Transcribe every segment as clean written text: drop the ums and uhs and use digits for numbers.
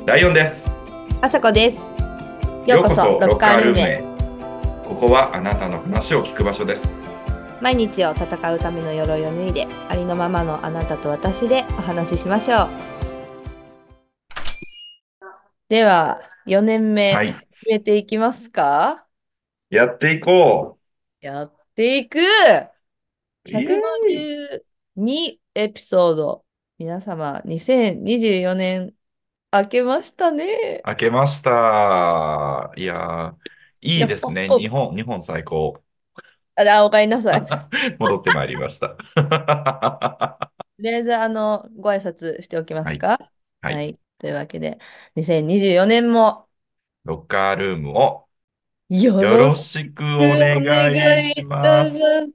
ライオンです。 あさこです。ようようこそ、 こそロッロッカールームへ。 カールームへ。ここはあなたの話を聞く場所です。 毎日を戦うための鎧を脱いで、ありのままのあなたと私でお話ししましょう。では、4年目、 はい。 始めていきますか？ やっていこやっていくう。イエーイ。 !152 エピソード。皆様、2024年、明けましたね。 明けました。いやー、いいやっですね。 ほほ。 日本最高。 おかえりなさい。と戻ってまいりました。 りあえず、ご挨拶しておきまはい。 すか？ はい。 はい。というわけで、2024年も、 ロッカールームをよよろしろしくおくお願いし願いいます。 たします。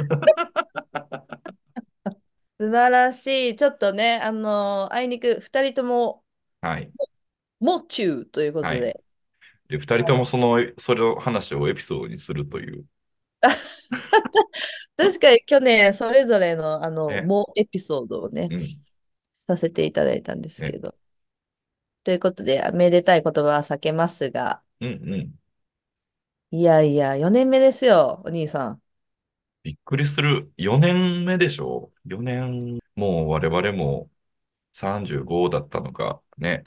素晴らしい。ちょっとね、あいにく2人とも、 はい。 も中ということはい。 で。 で、二人ともそれを話をエピソードにするという。 確かに去年、それぞれの、 ね。 もエピソードをね、 うん。 させていただいたんですけね。 ど。ということで、めでたい言葉は避けますが、 うんうん。 いやいや、4年目ですよ、お兄さん。 びっくりする。4年目でしょ？ 4 年、もう我々も35だったのかね。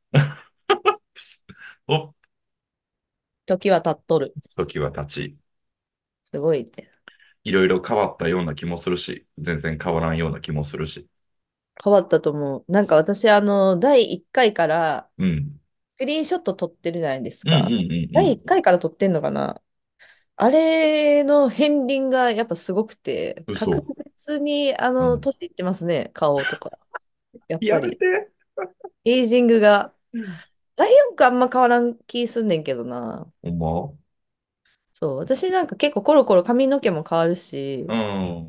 お、 時は経っとる。 時は経ち、 すごいね。 いろいろ変わったような気もするし、全然変わらんような気もするし。 変わったと思う。なんか私、第1回からうん。 スクリーンショット撮ってるじゃないですうんうんか。第うんうん。 1回から撮ってんのかな？あれの片鱗がやっぱすごくて、確嘘。 実にうん。 年いってますね、顔とか。やっぱり。 やめて。 エイジングが。 うん。 ライオンくんあんま変わらん気すんねんけどな。 ほんま。 そう、私なんか結構コロコロ髪の毛も変わるし、 うん。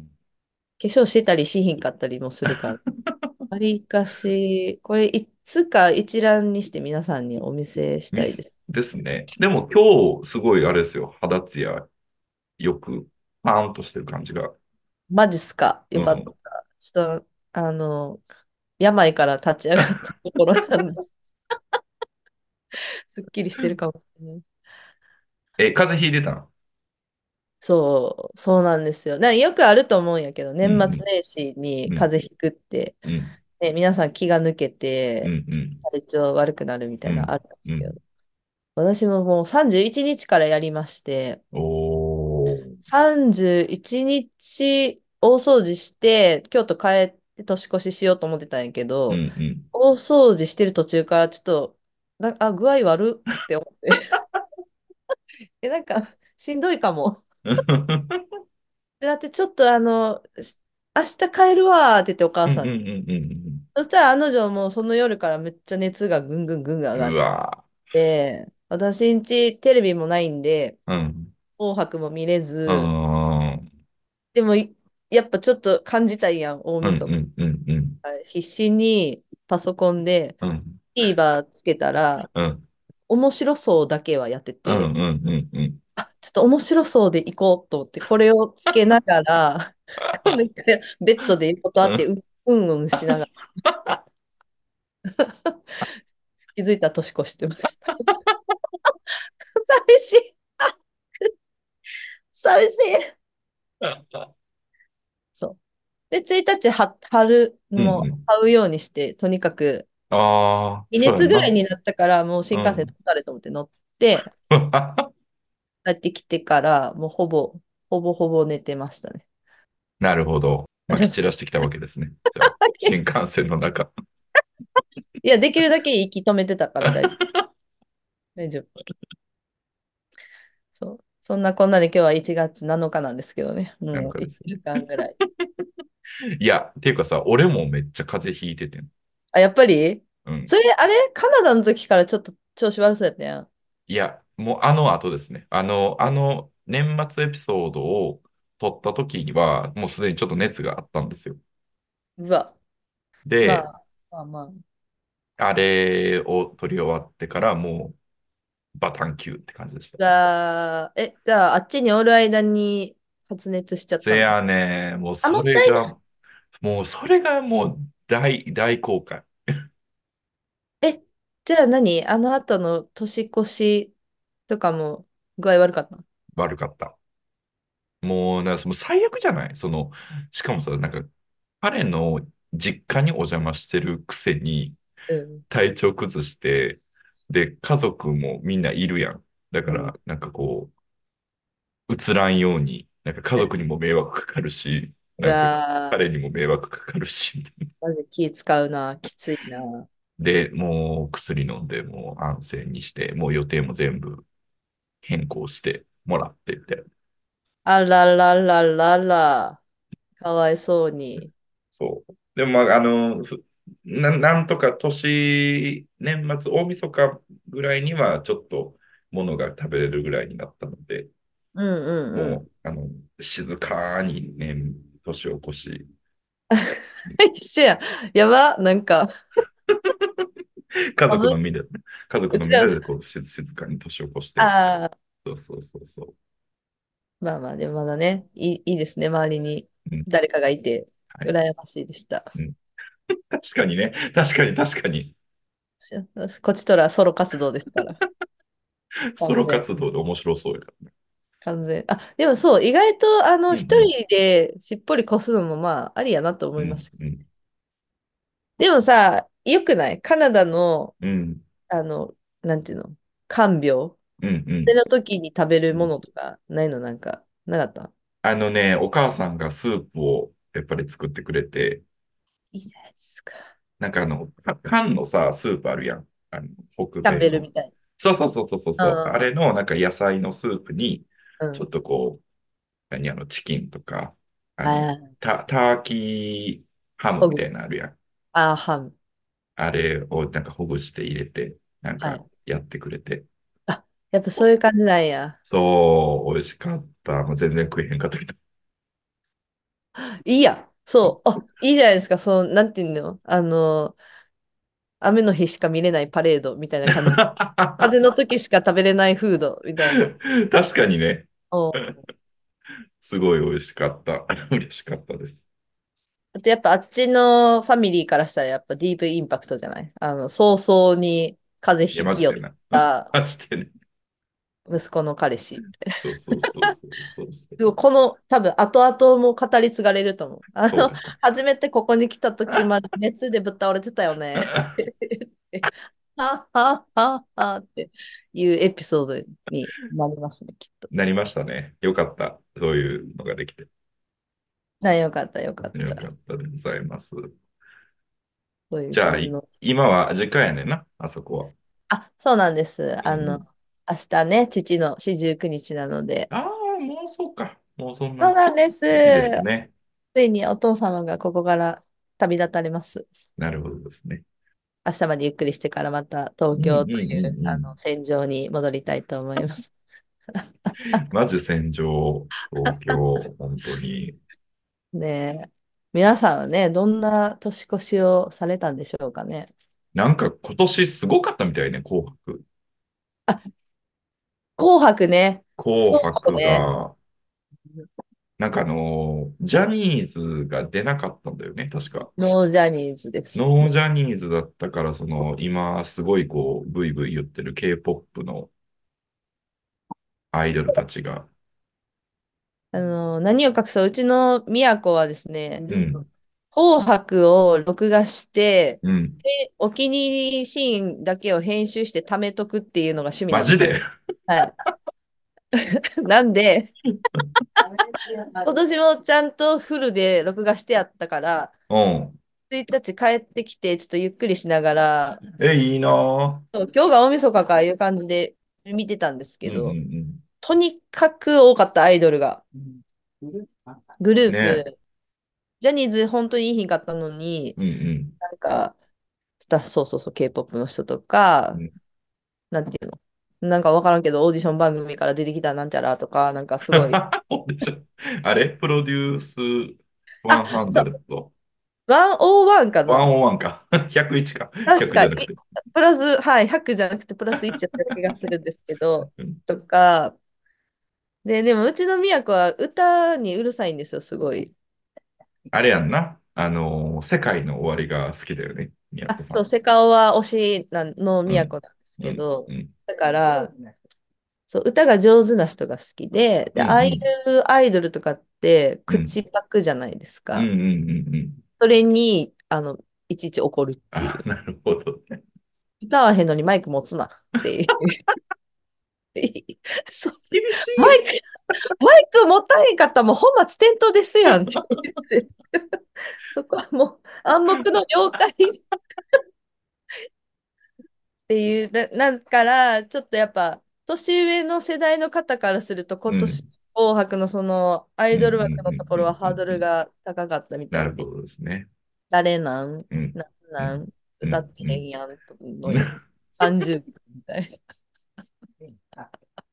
化粧してたりしひんかったりもするから。わりかし、これいつか一覧にして皆さんにお見せしたいです。 ですね。でも今日、すごいあれですよ。肌ツヤよく、パーンとしてる感じが。 マジっすか？よかっうん。 た。ちょっと、病から立ち上がったところなんで、すっきりしてるかもしれない。 風邪ひいてたの？ そう、そうなんですよ。よくあると思うんやけど、年末うん年始にうん。 風邪ひくって、 うん。 ね、皆さん気が抜けうん。うて、 ん。 体調悪くなるみたいなのあうん。 ると思うけど、 うん。 私ももう31日からやりまして、 おー。 31日大掃除して、京都帰って年越ししようと思ってたんやけうん。 ど、 うん。 大掃除してる途中からちょっと、具合悪って思って、なんかしんどいかも。で、だってちょっと明日帰るわーって言ってお母うん。うさんに。 ん。うん。 そしたらあの女もうその夜からめっちゃ熱がぐんぐんぐんぐん上うん。うがっわて、私んちテレビもないんで、 ー。うん。 紅白も見れうず、 ん。 でもやっぱちょっと感じたいやん、大うん。 晦日。 うん。うん。うん。 必死にパソコンでうん。 TVer つけたら、 うん。 面白そうだけはやってうん。 て、 うん。うん。うん。 ちょっと面白そうで行こうと思って、これをつけながら、なんかベッドで横たわってうんうんしながら気づいたら年越してました。寂しい。寂しい。そう。で、1日貼る、もううん。 買うようにして、とにかく、 ああ、 微熱ぐらいそうやんな。 になったから、もう新幹線うん。 取たれと思って乗って、帰ってきてから、もうほぼ寝てましたね。 なるほど。まき散らしてきたわけですね。じゃあ、新幹線の中。 いや、できるだけ息止めてたから大丈夫。大丈夫。そう。そんなこんなで今日は1月7日なんですけどね。 なんもう1 かですね。 週間ぐらい。 いや、っていうかさ、俺もめっちゃ風邪ひいててん。 あ、やっぱりうん。 それ、あれカナダの時からちょっと調子悪そうやったやん。 いや、もうあの後ですね。あの年末エピソードを撮った時には、もうすでにちょっと熱があったんですよ。 うわ。まで、 あ、まあまあ。 あれを撮り終わってからもうバタンキューって感じでした。 じゃあ、あっちにおる間に発熱しちゃったの？ せやね、もうあ、 そもったいない。 れが、もうそれがもう大後悔。 じゃあ何あの後の年越しとかも具合悪かったの？ 悪かった。もう、その最悪じゃないしかもさ、彼の実家にお邪魔してるくせに、 うん。 体調崩して、で、家族もみんないるやん。だかうん。 ら、うつらんように、家族にも迷惑かかるし、 うわー、 彼にも迷惑かかるし、みたいな。 マジ気使うな。きついな。 で、もう薬飲んで、もう安静にして、もう予定も全部変更してもらってって。 あららららら。かわいそうに。 そう。でも、まあ、なんとか年末、大晦日ぐらいには、ちょっと物が食べれるぐらいになったので、 うんうんうん。 もう、静かに年を越し、 一緒や。やば。なんか、 家あぶ、 族のみで、家族うちらの、 のみんなで静かに年を越して、 ああ、 そうそうそうそまあまあ、でもまだね、いいですね。周りにう。うん、 誰かがいて、 はい。 羨ましいでした。 うん。確かにね。確かに確かに。 こっちとらソロ活動ですから。 ソロ完全。 活動で面白そうやからね。 完全。あ、でもそう、意外と、一うんうん。 人でしっぽり越すのもまあ、ありやなと思ういます。 んうん。 でもさ、よくないカナダの、 うんあの、なんていうの看病うんうん。 その時に食べるもうん。 のとかないのなんか、なかった？ あのね、お母さんがスープをやっぱり作ってくれて、 いいじゃないですか。 缶のさ、スープあるやん。北キャン米の。 ベルみたいそうそうそうそうそうそう。あな。 れの野菜のスープに、 うん。うん。 ちょっとチキンとか、 はいはい。 ターキーハムみたいほぐし。 なのあるやん。 ハム。 あれをほぐして入れて、 はい。 やってくれて。 あ、やっぱそういう感じなんや。 そう、美味しかった。もう全然食えへんかったけど。 いいや。そう。あ、いいじゃないですか。なんていうの雨の日しか見れないパレードみたいな感じ。風の時しか食べれないフードみたいな。 確かにね、 おすごい美味しかった。嬉しかったです。 あとやっぱあっちのファミリーからしたらやっぱディープインパクトじゃない？早々に風いや、 邪ひきよっマジでな。 たマジでね。 息子の彼氏みたいな。 そうそうそうそうそうそう。 でもこの多分後々も語り継がれると思う。 そうだね。 初めてここに来た時まで熱でぶっ倒れてたよねって言って、はっはっはっはっていうエピソードになりますね、きっと。 なりましたね。よかった。そういうのができて。 よかった、よかっよかた。 ったでございます。 そういうじゃあ、 感じの。 今は時間やねんな、あそこは。 あ、そうなんです。 うんうん。 明日ね、父の四十九日なので。 ああ、もうそうか。もうそんなそうなんです。 時期ですね。 ついにお父様がここから旅立たれます。 なるほどですね。 明日までゆっくりしてからまた東うんうん京といううんうん。 戦場に戻りたいと思います。 マジ戦場、東京、本当に。 ねえ。皆さんはね、どんな年越しをされたんでしょうかね。 今年すごかったみたいね、紅白。 あ、紅白ね。 紅そう白ね。 が、ジャニーズが出なかったんだよね、確か。 ノージャニーズです。 ノージャニーズだったから、今すごいブイブイ言ってる K-POP のアイドルたちが、 何を隠そう、うちの宮子はですね、 うん、 紅白を録画して、 うん、 で、お気に入りシーンだけを編集して貯めとくっていうのが趣味なんですよ。 マジで。 はい。なんで、今年もちゃんとフルで録画してあったから、 うん。 1日帰ってきて、ちょっとゆっくりしながら、 いいなぁ。 そう今日が大晦日かいう感じで見てたんですうんうんうけど、 ん。 とにかく多かったアイドルが。グルーね。 プ、ジャニーズ本当にいい日かったのに、 うんうん。 なんか、そうそうそう、K-POP の人とか、 うん。 なんていうのなんかわからんけど、オーディション番組から出てきたなんちゃらとか、なんかすごい。 ほんでしょ。あれプロデュースあ、そう、 100。 101かな？ 101か。101か。100 確か、 じゃなくて。 プラス、はい、100じゃなくてプラス1やった気がするんですけど、 うん。 とか、でもうちの宮子は歌にうるさいんですよ、すごい。 あれやんな。世界の終わりが好きだよね。 あ、そう、 宮子さん。 セカオは推しのうん、 都なんですうん、 けど、 うん、 だから、そう、歌が上手な人が好きで、 うん、 で、ああいうん、 うアイドルとかってうん、 口パクじゃないですうん、うか。 ん、うん。うん。 それに、いちいち怒るっていあ、 う。 なるほどね。 歌わへんのにマイク持つなっていう。そう、 厳しマイい。 ク、マイク持たへんかったらもう本末転倒ですやんって言って。そこはもう暗黙の了解っていう、なんから、ちょっとやっぱ、年上の世代の方からすると、今年うん、 紅白のそのアうん、うん、 イドル枠のとこうん、うん、 ろはハードうん。 ルが高かったみたいで、 なるほどですね。 誰なんうん、 なんうん、 なんうん、 歌ってうん。 へんやんの30分みたいな。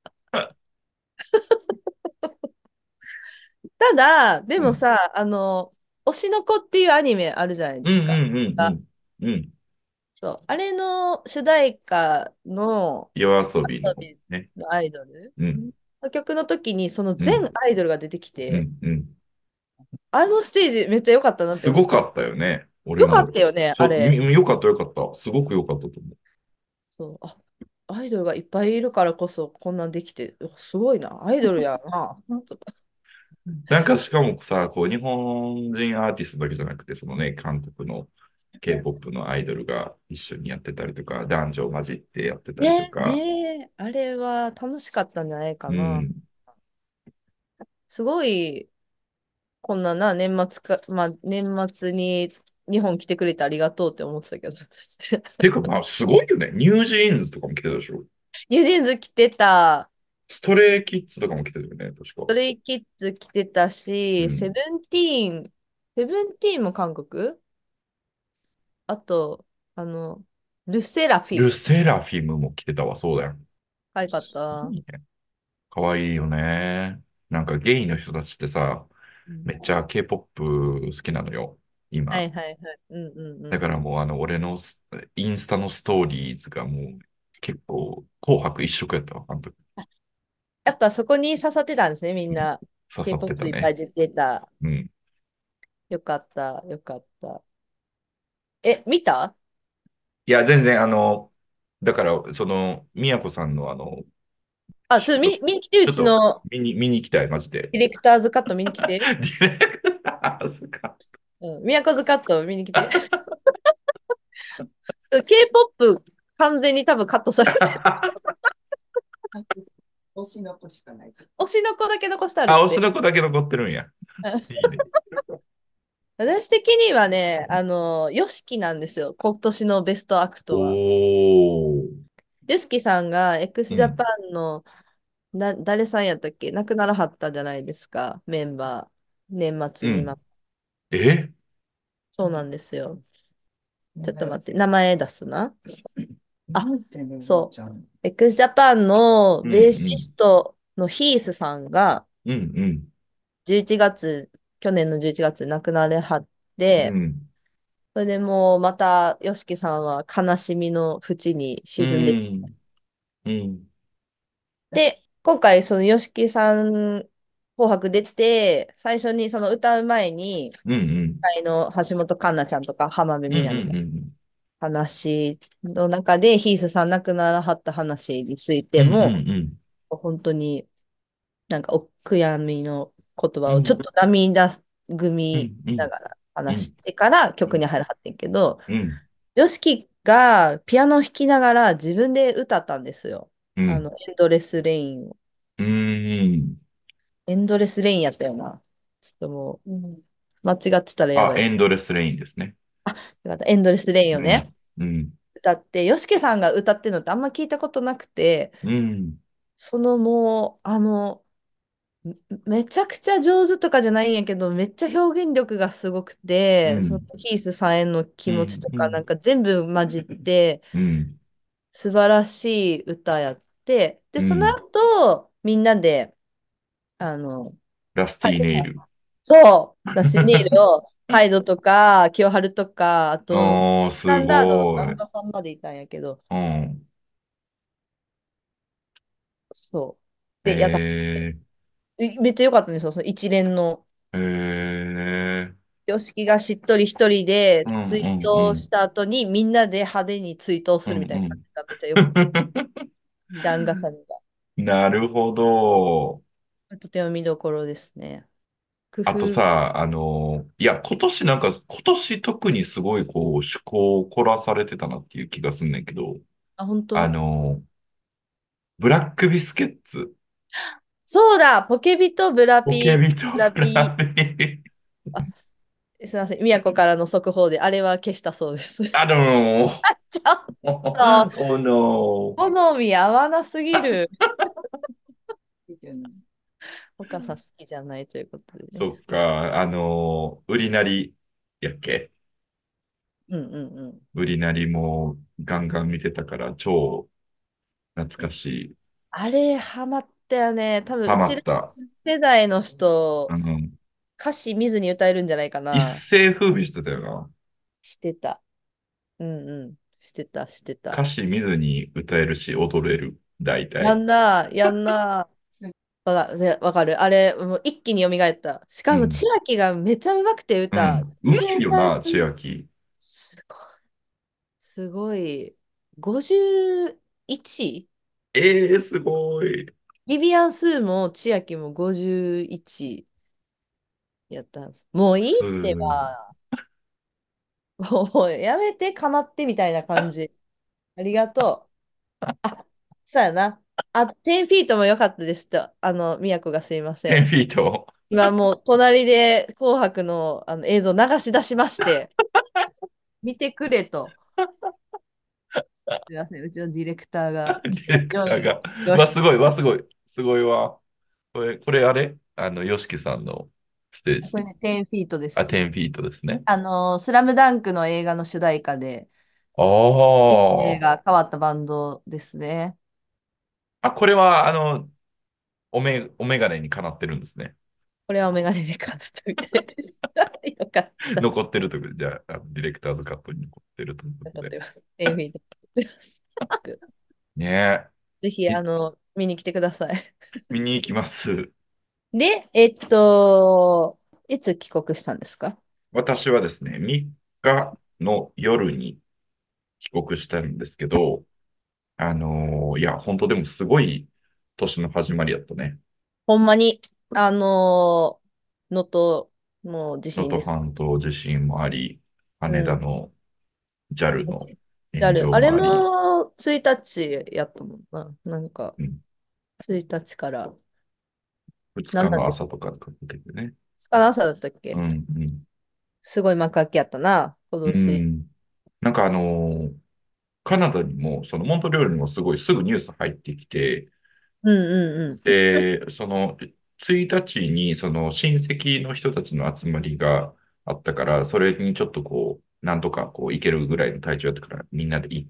ただ、でうん、 もさ、推しの子っていうアニメあるじゃないうん、うですか。 ん、うん、うん。うん。 そう、あれの主題歌の夜遊びの遊びね。 のアイドルうん、 の曲の時に、その全うん、 アイドルが出てきて、 うん、うん。 あのステージめっちゃ良かったなって思って。 すごかったよね。俺良かっも。 たよね、あれ。 よかったよかった。すごくよかったと思う。 そう、アイドルがいっぱいいるからこそこんなんできて、すごいな、アイドルやな。とかなんかしかもさ、こう日本人アーティストだけじゃなくて、そのね、韓国の K-POP のアイドルが一緒にやってたりとか、男女混じってやってたりとね、 か、 ね、あれは楽しかったんじゃないかな。 うん。 すごい、こんなな、年末か、まあ、年末に日本来てくれてありがとうって思ってたけど、私てかまあ、すごいよね。ニュージーンズとかも来てたでしょ。 ニュージーンズ来てた、 ストレイキッズとかも来てたよね、確か。 ストレイキッズ来てたし、 うん。 セブンティーンも韓国あと、ルセラフィルム。 セラフィムも来てたわ、そうだよ。 可愛かっすごた。 いね。かわいいよね。なんかゲイの人たちってさ、 うん、 めっちゃ K-POP 好きなのよ、今。 はいはいはい。うんうんうん。 だからもう俺のインスタのストーリーズがもう結構紅白一色やったわ、あの時。 やっぱそこに刺さってたんですね、みんうん。 な。 刺さってた K-POP いっぱね。 い出てた。 うん。 よかった、よかった。見た？ いや、全然だから、宮子さんのあ、 ちょっと、 見に来て、うちょっとちの見に行きたい、マジで。 ディレクターズカット見に来て。 ディレクターズか。 うん、宮古ズカット見に来て。K-POP 完全に多分カットされてる。推しの子だけ残してあるっあ、推して。 の子だけ残ってるんや。いいね。 私的にはね、ヨシキなんですよ。今年のベストアクトは。 おー。 ヨシキさんが x うん。 ジャパンの誰さんやったっけ亡くならはったじゃないですか、メンバー。年末に、 うん。えそうなんですよ。ちょっと待って、名前出すな。あ、そう。x ジャパンのうん、 ベーシうん。 ストのヒースさんがうん、うん。 11月、去年の11月に亡くなれはって、 うん。 それでもうまた YOSHIKI さんは悲しみの淵にう沈んで、 ん。うん。 で、今回その YOSHIKI さん紅白出て、最初にその歌う前に、 うん。うん。 司会の橋本環奈ちゃんとか浜辺うん。 美波がうん。 話の中でヒースさん亡くならはった話についうん。 ても、 うん。 本当になんかお悔やみの言葉うん。 をちょっと涙ぐみうん。うん。 ながらうん。 話してからうん。 曲に入るはってんけど、 うん。 ヨシキがピアノを弾きながら自分で歌ったんですよ。 うん。 エンドレスレインを。 うん。 エンドレスレインやったよな。ちょっともう、間違ってたらやあ、 ばい。 エンドレスレインですね。 よかった。エンドレスレインをね、 うん。うん。 歌って、ヨシキさんが歌ってるのってあんま聞いたことなくて、 うん。 そのもう、めちゃくちゃ上手とかじゃないんやけど、めっちゃ表現力がすごくて、そのうん。 ヒースさんへの気持ちうん。 とかなんうん。 か全部混じって、 うん。 素晴らしい歌やって、で、そのうん。 後、みんなで、あの、 ラステハイドィーネイル。 そう、ダッシュネイルを、ハイドとか、清春とか、あと、 ああ、すスタンダードのごい。 南波さんまでいたんやけど、 うん。 そう。で、 えめっちゃ良かったんですよ、その一連の。 ー、えー。 よしきがしっとり一人でうんう追んうん。 悼した後にみんなで派手に追悼うんするみたいな感うん。 じがめっちゃよくて、時間重ねがなるほど。 とても見どころですね。工あと夫。 さ、いや、今年なんか、今年特にすごいこう、趣向を凝らされてたなっていう気がすんねんけど、 あ、本あ当？ のブラックビスケッツ、 そうだ、ポケビとブラポケピ、 ビとブラブラピ、 ビ。 あ、すいません、宮古からの速報で、あれは消したそうです。 あのー、 ちょっと、 oh no。 好み合わなすぎる。岡さん好きじゃないということでね。 そっか、売りなりやっけ。 うんうんうん。 売りなりもガンガン見てたから超懐かしい。 あれ、ハマったよね。多分、 ハうちらマった。 世代の人、 あの、 歌詞見ずに歌えるんじゃないか一な。 世風靡してたよな。 してた。うんうん。してた、してた。 歌詞見ずに歌えるし、踊れる。大や体。 んな、やんな。わかる。あれ、もう一気に蘇った。しかも、 うん。 千秋がめちゃうまくて歌。 うん。うま全然いよな、千秋。 すごい。すごい。51？ ええー、すごい。 ビビアン・スーも千秋も51やったんです。もういいす、 ってば。もうやめてかまってみたいな感じ。ありがとう。あ、そうやな。あ、10フィートも良かったですと。宮古がすいませ 10 ん。 フィート。 今もう隣で紅白の、映像流し出しまして、見てくれと。すいません。うちのディレクターが、 ディレクよい、 ターが。わ、 よし、 すごい、わ、すごい。すごいわ。これあれヨシキさんのステージ。 これね、10フィートであ、 す。 10フィートですね。 スラムダンクの映画の主題歌で、 あ映あ。 画変わったバンドですね。 あ、これは、お眼鏡にかなってるんですね。 これはお眼鏡で買ったみたいです。よかった。 残ってるということで、じゃあ、ディレクターズカットに残ってるということで。 よかってます。10フィート買ってます。 ねぜひ、 え。 見に来てください。 見に行きます。 で、いつ帰国したんですか？ 私はですね、3日の夜に帰国したんですけど、いや、本当でもすごい年の始まりやったね。 ほんまに、能登の地能登震です。 半島地震もあり、 うん。 羽田の JAL の炎じゃあ、 上あれもあり、 も1日やったもんな。なんか、 うん、 1日から。 2日のなんなんです朝とかかけてね。 かの朝だったっうん、 け？ うん、 すごい幕開けやったな、今う年。 ん。なんかカナダにも、そのモントリオールにもすごいすぐニュース入ってきて、 うんうんで、その1日にその親戚の人たちの集まりがあったから、それにちょっとこう、なんとかこう行けるぐらいの体調やったからみんなで行って、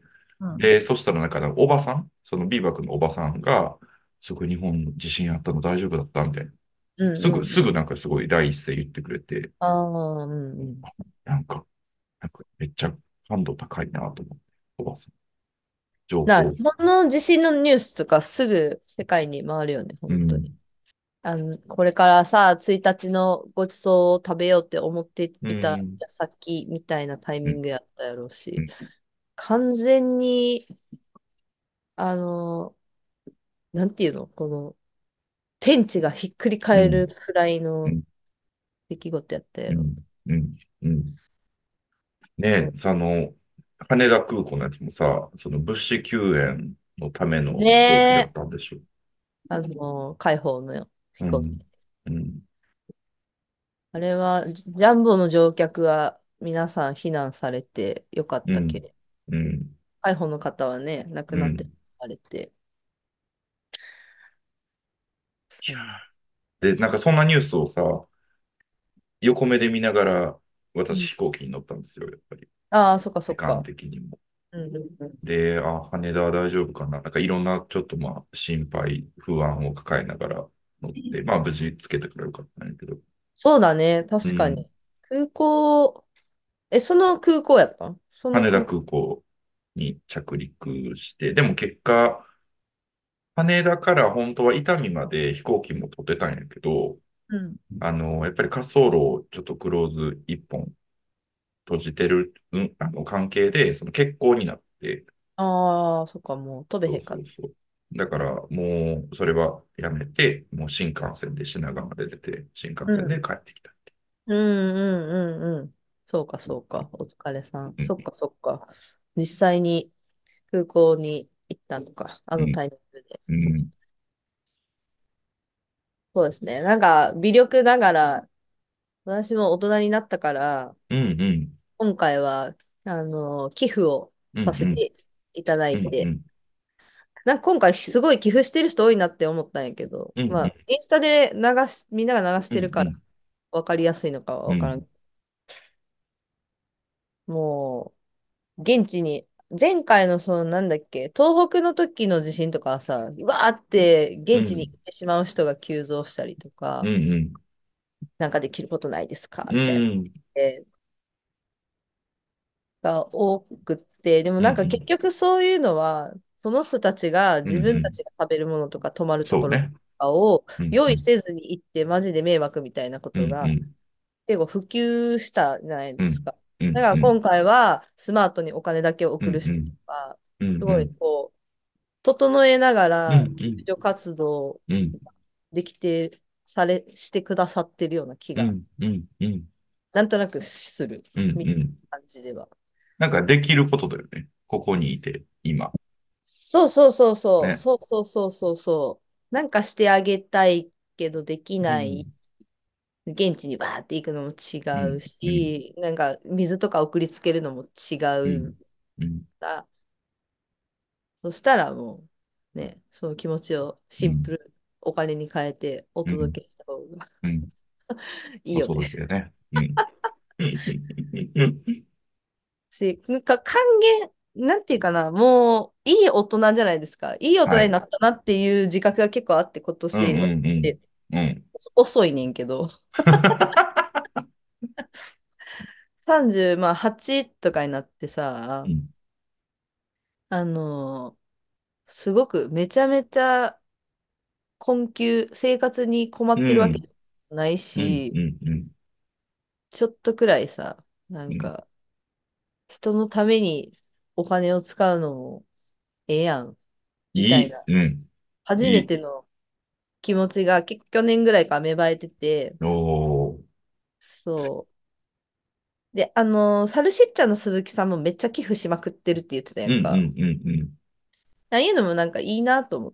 うん。 で、そしたらなんかおばさん、そのビーバックのおばさんが、すごい日本の地震あったの大丈夫だったみたいな。 うんすぐ、 うんうん。 すぐなんかすごい第一声言ってくれて、 ああ、うんうん。 なんか、なんかめっちゃ感度高いなと思って、おばさん。情報。 日本の地震のニュースとかすぐ世界に回るよね、本当に。 うん。 これからさ、1日のごちそうを食べようって思ってういたん。 矢先みたいなタイうん。 ミングやったやろうし、 うん。 完全に、あの、なんていうの、この、天地がひっくり返るうん。 くらいのうん。 出来事やったやろ。 うん。うん。うん。 そう。 ね、羽田空港のやつもさ、その物資救援のための飛行機だっねえ、 たんでしょ。 解放の飛行機。 うん。うん。 あれは、ジャンボの乗客は皆さん避難されてよかっうん。 たけれど、 うん。 海保の方はね、亡くなってうん。 されて。 いやそう。 で、なんかそんなニュースをさ、横目で見ながら、 うん。 私飛行機に乗ったんですよ、やっぱり。 ああ、そっかそ時間っか。 的にも。 うんうんうん。 で、あ、羽田は大丈夫かな。なんかいろんなちょっとまあ心配、不安を抱えながら乗って、まあ無事つけてくれるかったんやけど。 そうだね、 うん。 確かに。空港、その空港やったん？その羽田空港。 空港に着陸して、でも結果、羽田から本当は伊丹まで飛行機も取ってたんやけど、 うん。 やっぱり滑走路をちょっとクローズ一本閉じてる、関係で、その欠航になって、 ああ、そっか、もう飛べそうへんかった。 そうそう。だから、もう、それはやめて、もう新幹線で品川まで出て、新幹線でうん。 帰ってきた。 うんうんうんうん。そうか、そうか。お疲れさん。 うん、 そっか、そっか。実際に空港に行ったのか、あうん、 のタイミングで。 うん、 そうですね。なんか、微力ながら、私も大人になったから、 うん、うん、 今回は、寄付をうん、 させていただうん、ういて、 ん、 なんか今回すごい寄付してる人多いなって思ったんやけど、 うん、 まあ、インスタでみんなが流しうん、 てるからうん、 分かりやすいのかはうん、 分からん。も現地に、前回のそのなんだっけ、東北の時の地震とかはさ、わーって現地に行ってしまう人が急増したりとうん、 か、 うん、 なんかできることないですかうみたいな。 ん、 が多くって、でもうん、うなんか結ん、 局そういうのは、その人たちがうん、う自分たん、 ちが食べるものとか泊まるところとそうね。 かをうん、 用意うん、 せずに行ってマジで迷惑みたいなこうん、 とがうん、 結構普及したじゃないうん、 ですか。 うん、うん、 だから今回はスマートにお金だけをうん、 送る人とうん、 か、 うん、 すごいうん、 こう、整えながうん、 ら救うん、 助活動うん、 できて、してくださってるような気が、 うん、うん、うん、 なんとなくする、 うん、 みたいうん。 な感じでは。 なんかできることだよね。ここにいて、今。 そうそうそうそう、 ね。 そうそうそうそうそう。なんかしてあげたいけどできない。 うん、 現地にバーって行くのも違ううん、うん、 し、なんか水とか送りつけるのも違ううん、うん、 から、そしたらもうね、その気持ちをうん、 シンプルお金に変えておうん、 届けした方がうん。 いいおよね。 届けね。うん。 なんか還元、なんていうかな、もういい大人じゃないですか。いい大はい。 人になったなっていう自覚が結構あって、今うん、 年、 うん、うん。 私、 うん。 遅いねんけど、38とかになってさ、 うん、 あのすごくめちゃめちゃ困窮、生活に困ってるわけうん、 じゃないうん、 し、 うん、うん。 ちょっとくらいさ、なんうんか、人のためにお金を使うのもええやん、みたいい。 いな、 うん。 初いい。 めての気持ちが結構去年ぐらいから芽生えてて、 おー。 そう。で、サルシッチャーの鈴木さんもめっちゃ寄付しまくってるって言ってたやうん、うんか。 ん、うん、うん。 ああいうのもなんかいいなと思って、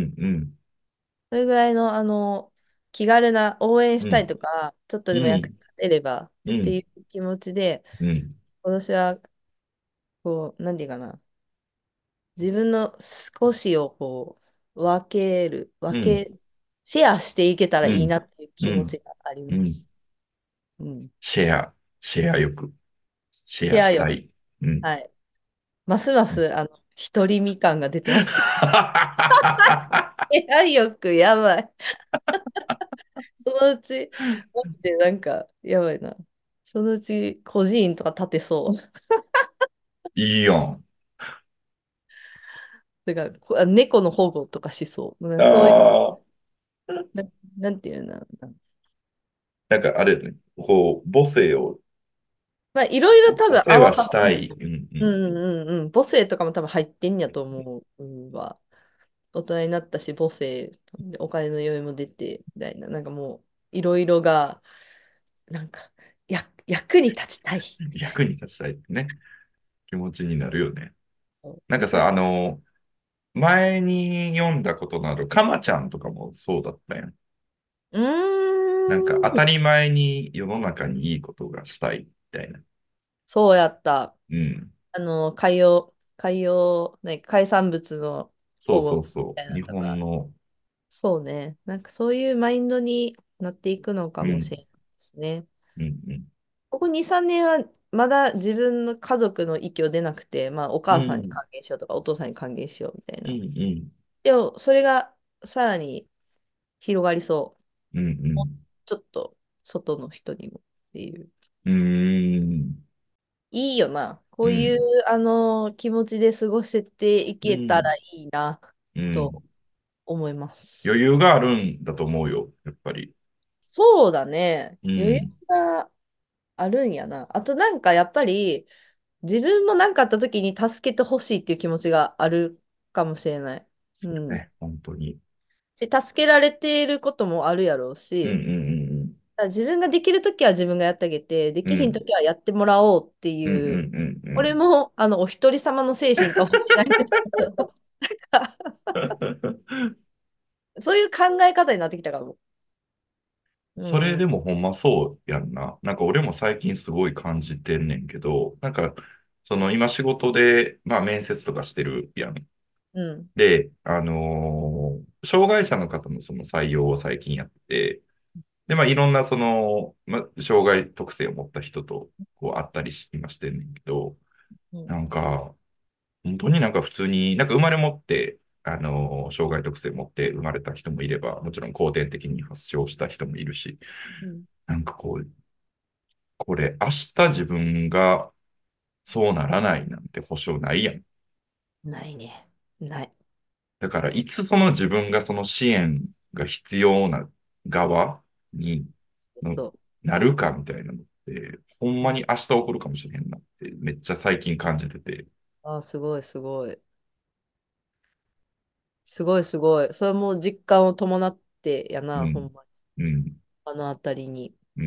うん、うん、 それぐらいの気軽な応援したいうん、 とか、ちょっとでも役にうん、 立てればうん、 っていう気持ちで、 うん、 今年は、こう、なんていうかな、自分の少しをこう、 うん、 シェアしていけたらうん、 いいなっていう気持うん、 ちがありうん。 ます。うん。 シェアよく、シェアシェアよ。 したい。うん。 はい。ますまうん。 す、一人み感が出てますけど。シェア欲やばい。そのうち、マジでなんか、やばいな。そのうち、孤児院とか建てそう。 いいやん。 だから猫の保護とかしそう。なんかそういう、 ああ。 な、なんていうのなんかあれよね、こう、母性を、 まあ、いろいろ多分お世話合わさってる。 したい。うんううん。 んうんうん。母性とかも多分入ってんやと思うわ。大人になったし、母性、でお金の余裕も出て、みたいな。なんかもう、いろいろが、なんか、役に立ちたい。みたい役に立ちたいってね、気持ちになるよね。 な。 なんかさ、前に読んだことのあるかまちゃんとかもそうだったやん。 うなんか当ーん。 たり前に世の中にいいことがしたいみたいな。 そうやった。 うん。 海産物のそう保護みそうそたいう。日なのとか。 本の、 そうね。なんかそういうマインドになっていくのかうん、 もしれないですね。 うん、うん、 ここ2、3年はまだ自分の家族の域を出なくて、まあお母さんにうん、 還元しようとかお父さんに還元しようみたいうん、 な。 うん、 でもそれがさらに広がりそう。 うん、うもうん、 ちょっと外の人にもっていう。 うん、 いいよな。こういううん、 気持ちで過ごせていけたうん、 らいいなうん。 と思いま余す。 裕があるんだと思うよ、やっぱり。 そうだね。余裕うん。 があるんやな。あとなんかやっぱり自分も何かあった時に助けてほしいっていう気持ちがあるかもしれない。うん。 ね、本当に。 助けられていることもあるやろううんうし、 ん自分ができる時は自分がやってあげて、でうんうん。 きひん時はやってもらおうってうんうんいう、 うんうんこれもお一人様の精神かもしれないんですけど、 うん。 そういう考え方になってきたかも。うそれでん。 もほんまそうやんな。なんか俺も最近すごい感じてんねんけど、なんか、その今仕事で、まあ面接とかしてるやん。 うん。 で、障害者の方のその採用を最近やってて、で、まあいろんなその、まあ、障害特性を持った人とこう会ったりし、今してんねんけど、 うん。 なんか、本当になんか普通に、なんか生まれ持って、障害特性を持って生まれた人もいれば、もちろん後天的に発症した人もいるし、 うん。 なんかこう、これ明日自分がそうならないなんて保証ないやん。 ないね。ない。 だからいつその自分がその支援が必要な側にのそなるかみたいなのって、ほんう。うん。 まに明日起こるかもしれへんなってめっちゃ最近感じてて。 あ、すごい、すごい。すごい、すごい。それも実感を伴ってやな、ほうん。 んまに。 うん。 あのあたりに。 うん。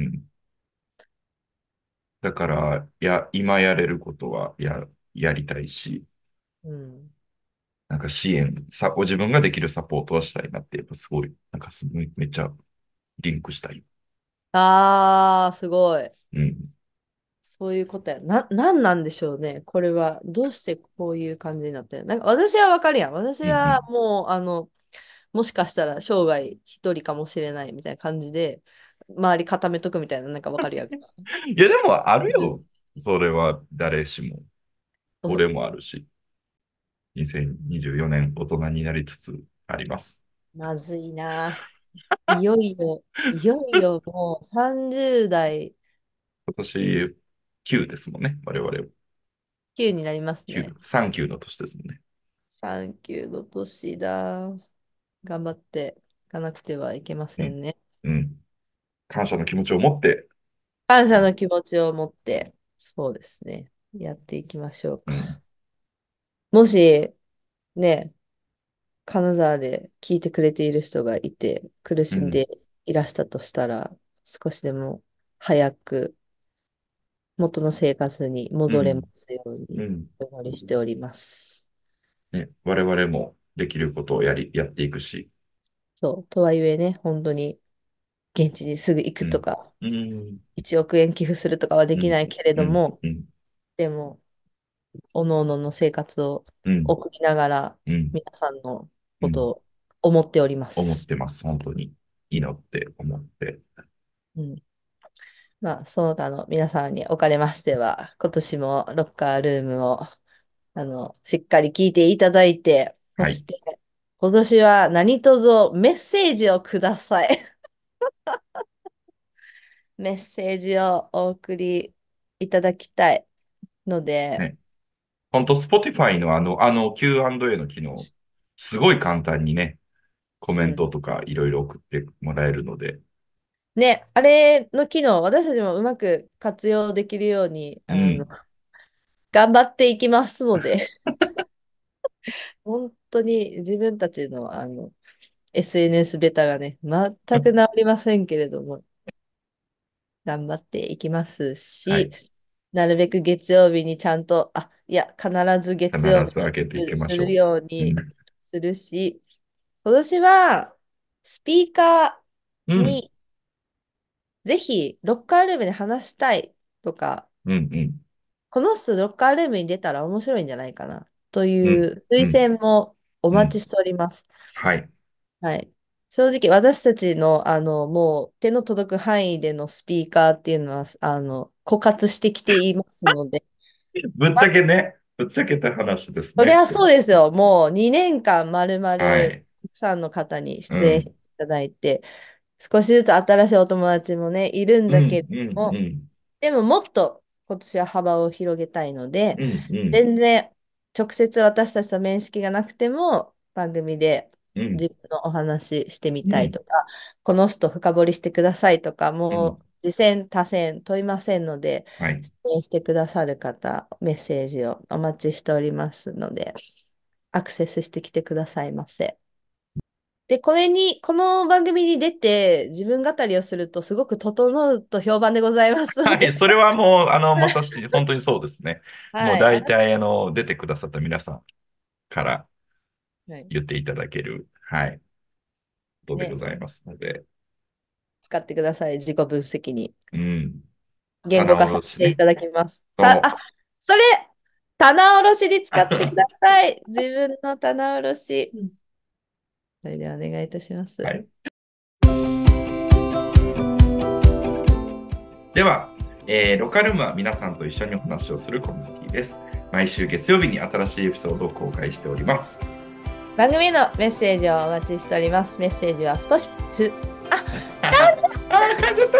だから、今やれることはやりたいし、 うん。 なんか支援、ご自分ができるサポートはしたいなって、やっぱすごい、なんかめっちゃリンクしたい。 ああ、すごい。 うん。 そういうことや。なんなんでしょうね。これは。どうしてこういう感じになってる。なんか私はわかるやん。私はうんうん。 もう、もしかしたら生涯一人かもしれないみたいな感じで、周り固めとくみたいな、なんかわかるやんか。 いや、でもあるうんよ。それは誰しも。俺おもあるし。2024年大人になりつつあります。 まずいな。いよいよもう30代今年9ですもんね。我々 9になりますね。 9、3級の年ですもんね。 3級の年だ。頑張っていかなくてはいけまうん。 せんね。 うん。感謝の気持ちを持って、 感謝の気持ちを持って、そうですね。やっていきましょうか。 うん。 もし、ね、金沢で聞いてくれている人がいて、苦うん。 しんでいらしたとしたら、少しでも早く元の生活に戻れまうん。 すようにうん。 お祈りしております。 ね、我々もできることをやっていくし。 そう、とはいえね、本当に現地にすぐ行うん。 くとか、 うん。 1億円寄付するとかはでうん。 きないけれうん。 ども、 うん。 でも、おのおのの生活をうん。 送りながら、 うん。 皆さんのうん。 ことを思っております。 思ってます。本当に。祈って思って。 うん。まあ、その他の皆さんにおかれましては、今年もロッカールームを、しっかり聞いていただいて、そはい。 して、今年は何卒メッセージをください。メッセージをお送りいただきたいので、 ね。本当 Spotify のあの Q&A の機能、すごい簡単にね、コメンうん。 トとかいろいろ送ってもらえるので、 ね、あれの機能、私たちもうまく活用できるように、 うん。 頑張っていきますので、本当に自分たちの、SNS ベタがね、全く治りませんけれども、頑張っていきますし、 はい。 なるべく月曜日にちゃんと、いや、必ず必月曜日ず開けていきにましょするようう。うにん。 するし、今年はスピーカうん。 ーにぜひロッカールームで話したいとか、 うん。うん。 この人ロッカールームに出たら面白いんじゃないかなとうん。 いう推うん。 薦もおうん。 待ちしております。 はい。 はい。正直私たちの、もう手の届く範囲でのスピーカーっていうのは、枯渇してきていますので、 ぶっちゃけね、ぶっちゃけた話ですね。 そりゃそうですよ。もう2年間まるまるはい。 たくさんの方に出演していうん。 ただいて、少しずつ新しいお友達もね、いるんうん。 だけれうん。うども、 ん。 でももっと今年は幅を広げたいので、 うん。うん。 全然直接私たちと面識がなくても番組でうん。 自分のお話してみうん。 たいとか、この人深掘りしてくださいとか、 うん。 もう、次戦多戦問いませんので、 はい。 出演してくださる方、メッセージをお待ちしておりますので、アクセスしてきてくださいませ。で、この番組に出て自分語りをするとすごく整うと評判でございますのはい。 で、 それはもう、まさし、本当にそうですね。もうはい、 大体、出てくださった皆さんからはい、 言っていただける、はい、ことでごね、 ざいますので、 使ってください、自己分析に。 うん。 言語棚化させ卸しね。 ていただきます。 そそれ、棚卸しに使ってくだう。 さい。自分の棚卸し。 うん。 それではお願いいたします。 はい。では、ロカルームは皆さんと一緒にお話をするコミュニティです。毎週月曜日に新しいエピソードを公開しております。 番組へのメッセージをお待ちしております。メッセージは少し、あ、 感じちゃった。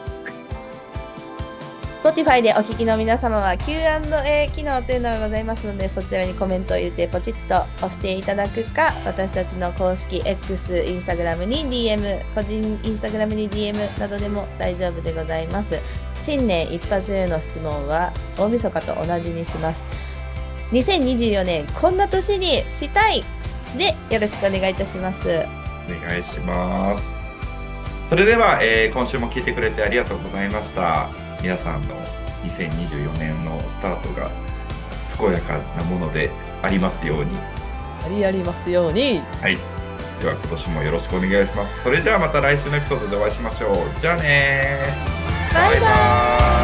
Spotify でお聞きの皆様は Q&A 機能というのがございますので、そちらにコメントを入れてポチッと押していただくか、私たちの公式 X、Instagram に DM、個人 Instagram に DM などでも大丈夫でございます。新年一発目の質問は大晦日と同じにします。2024年こんな年にしたいでよろしくお願いいたします。 お願いします。それでは、今週も聞いてくれてありがとうございました。皆さんの2024年のスタートが健やかなものでありますように。 ありますように。 はい。では今年もよろしくお願いします。それじゃあまた来週のエピソードでお会いしましょう。じゃあねー。バイババイバイ。 ーイ。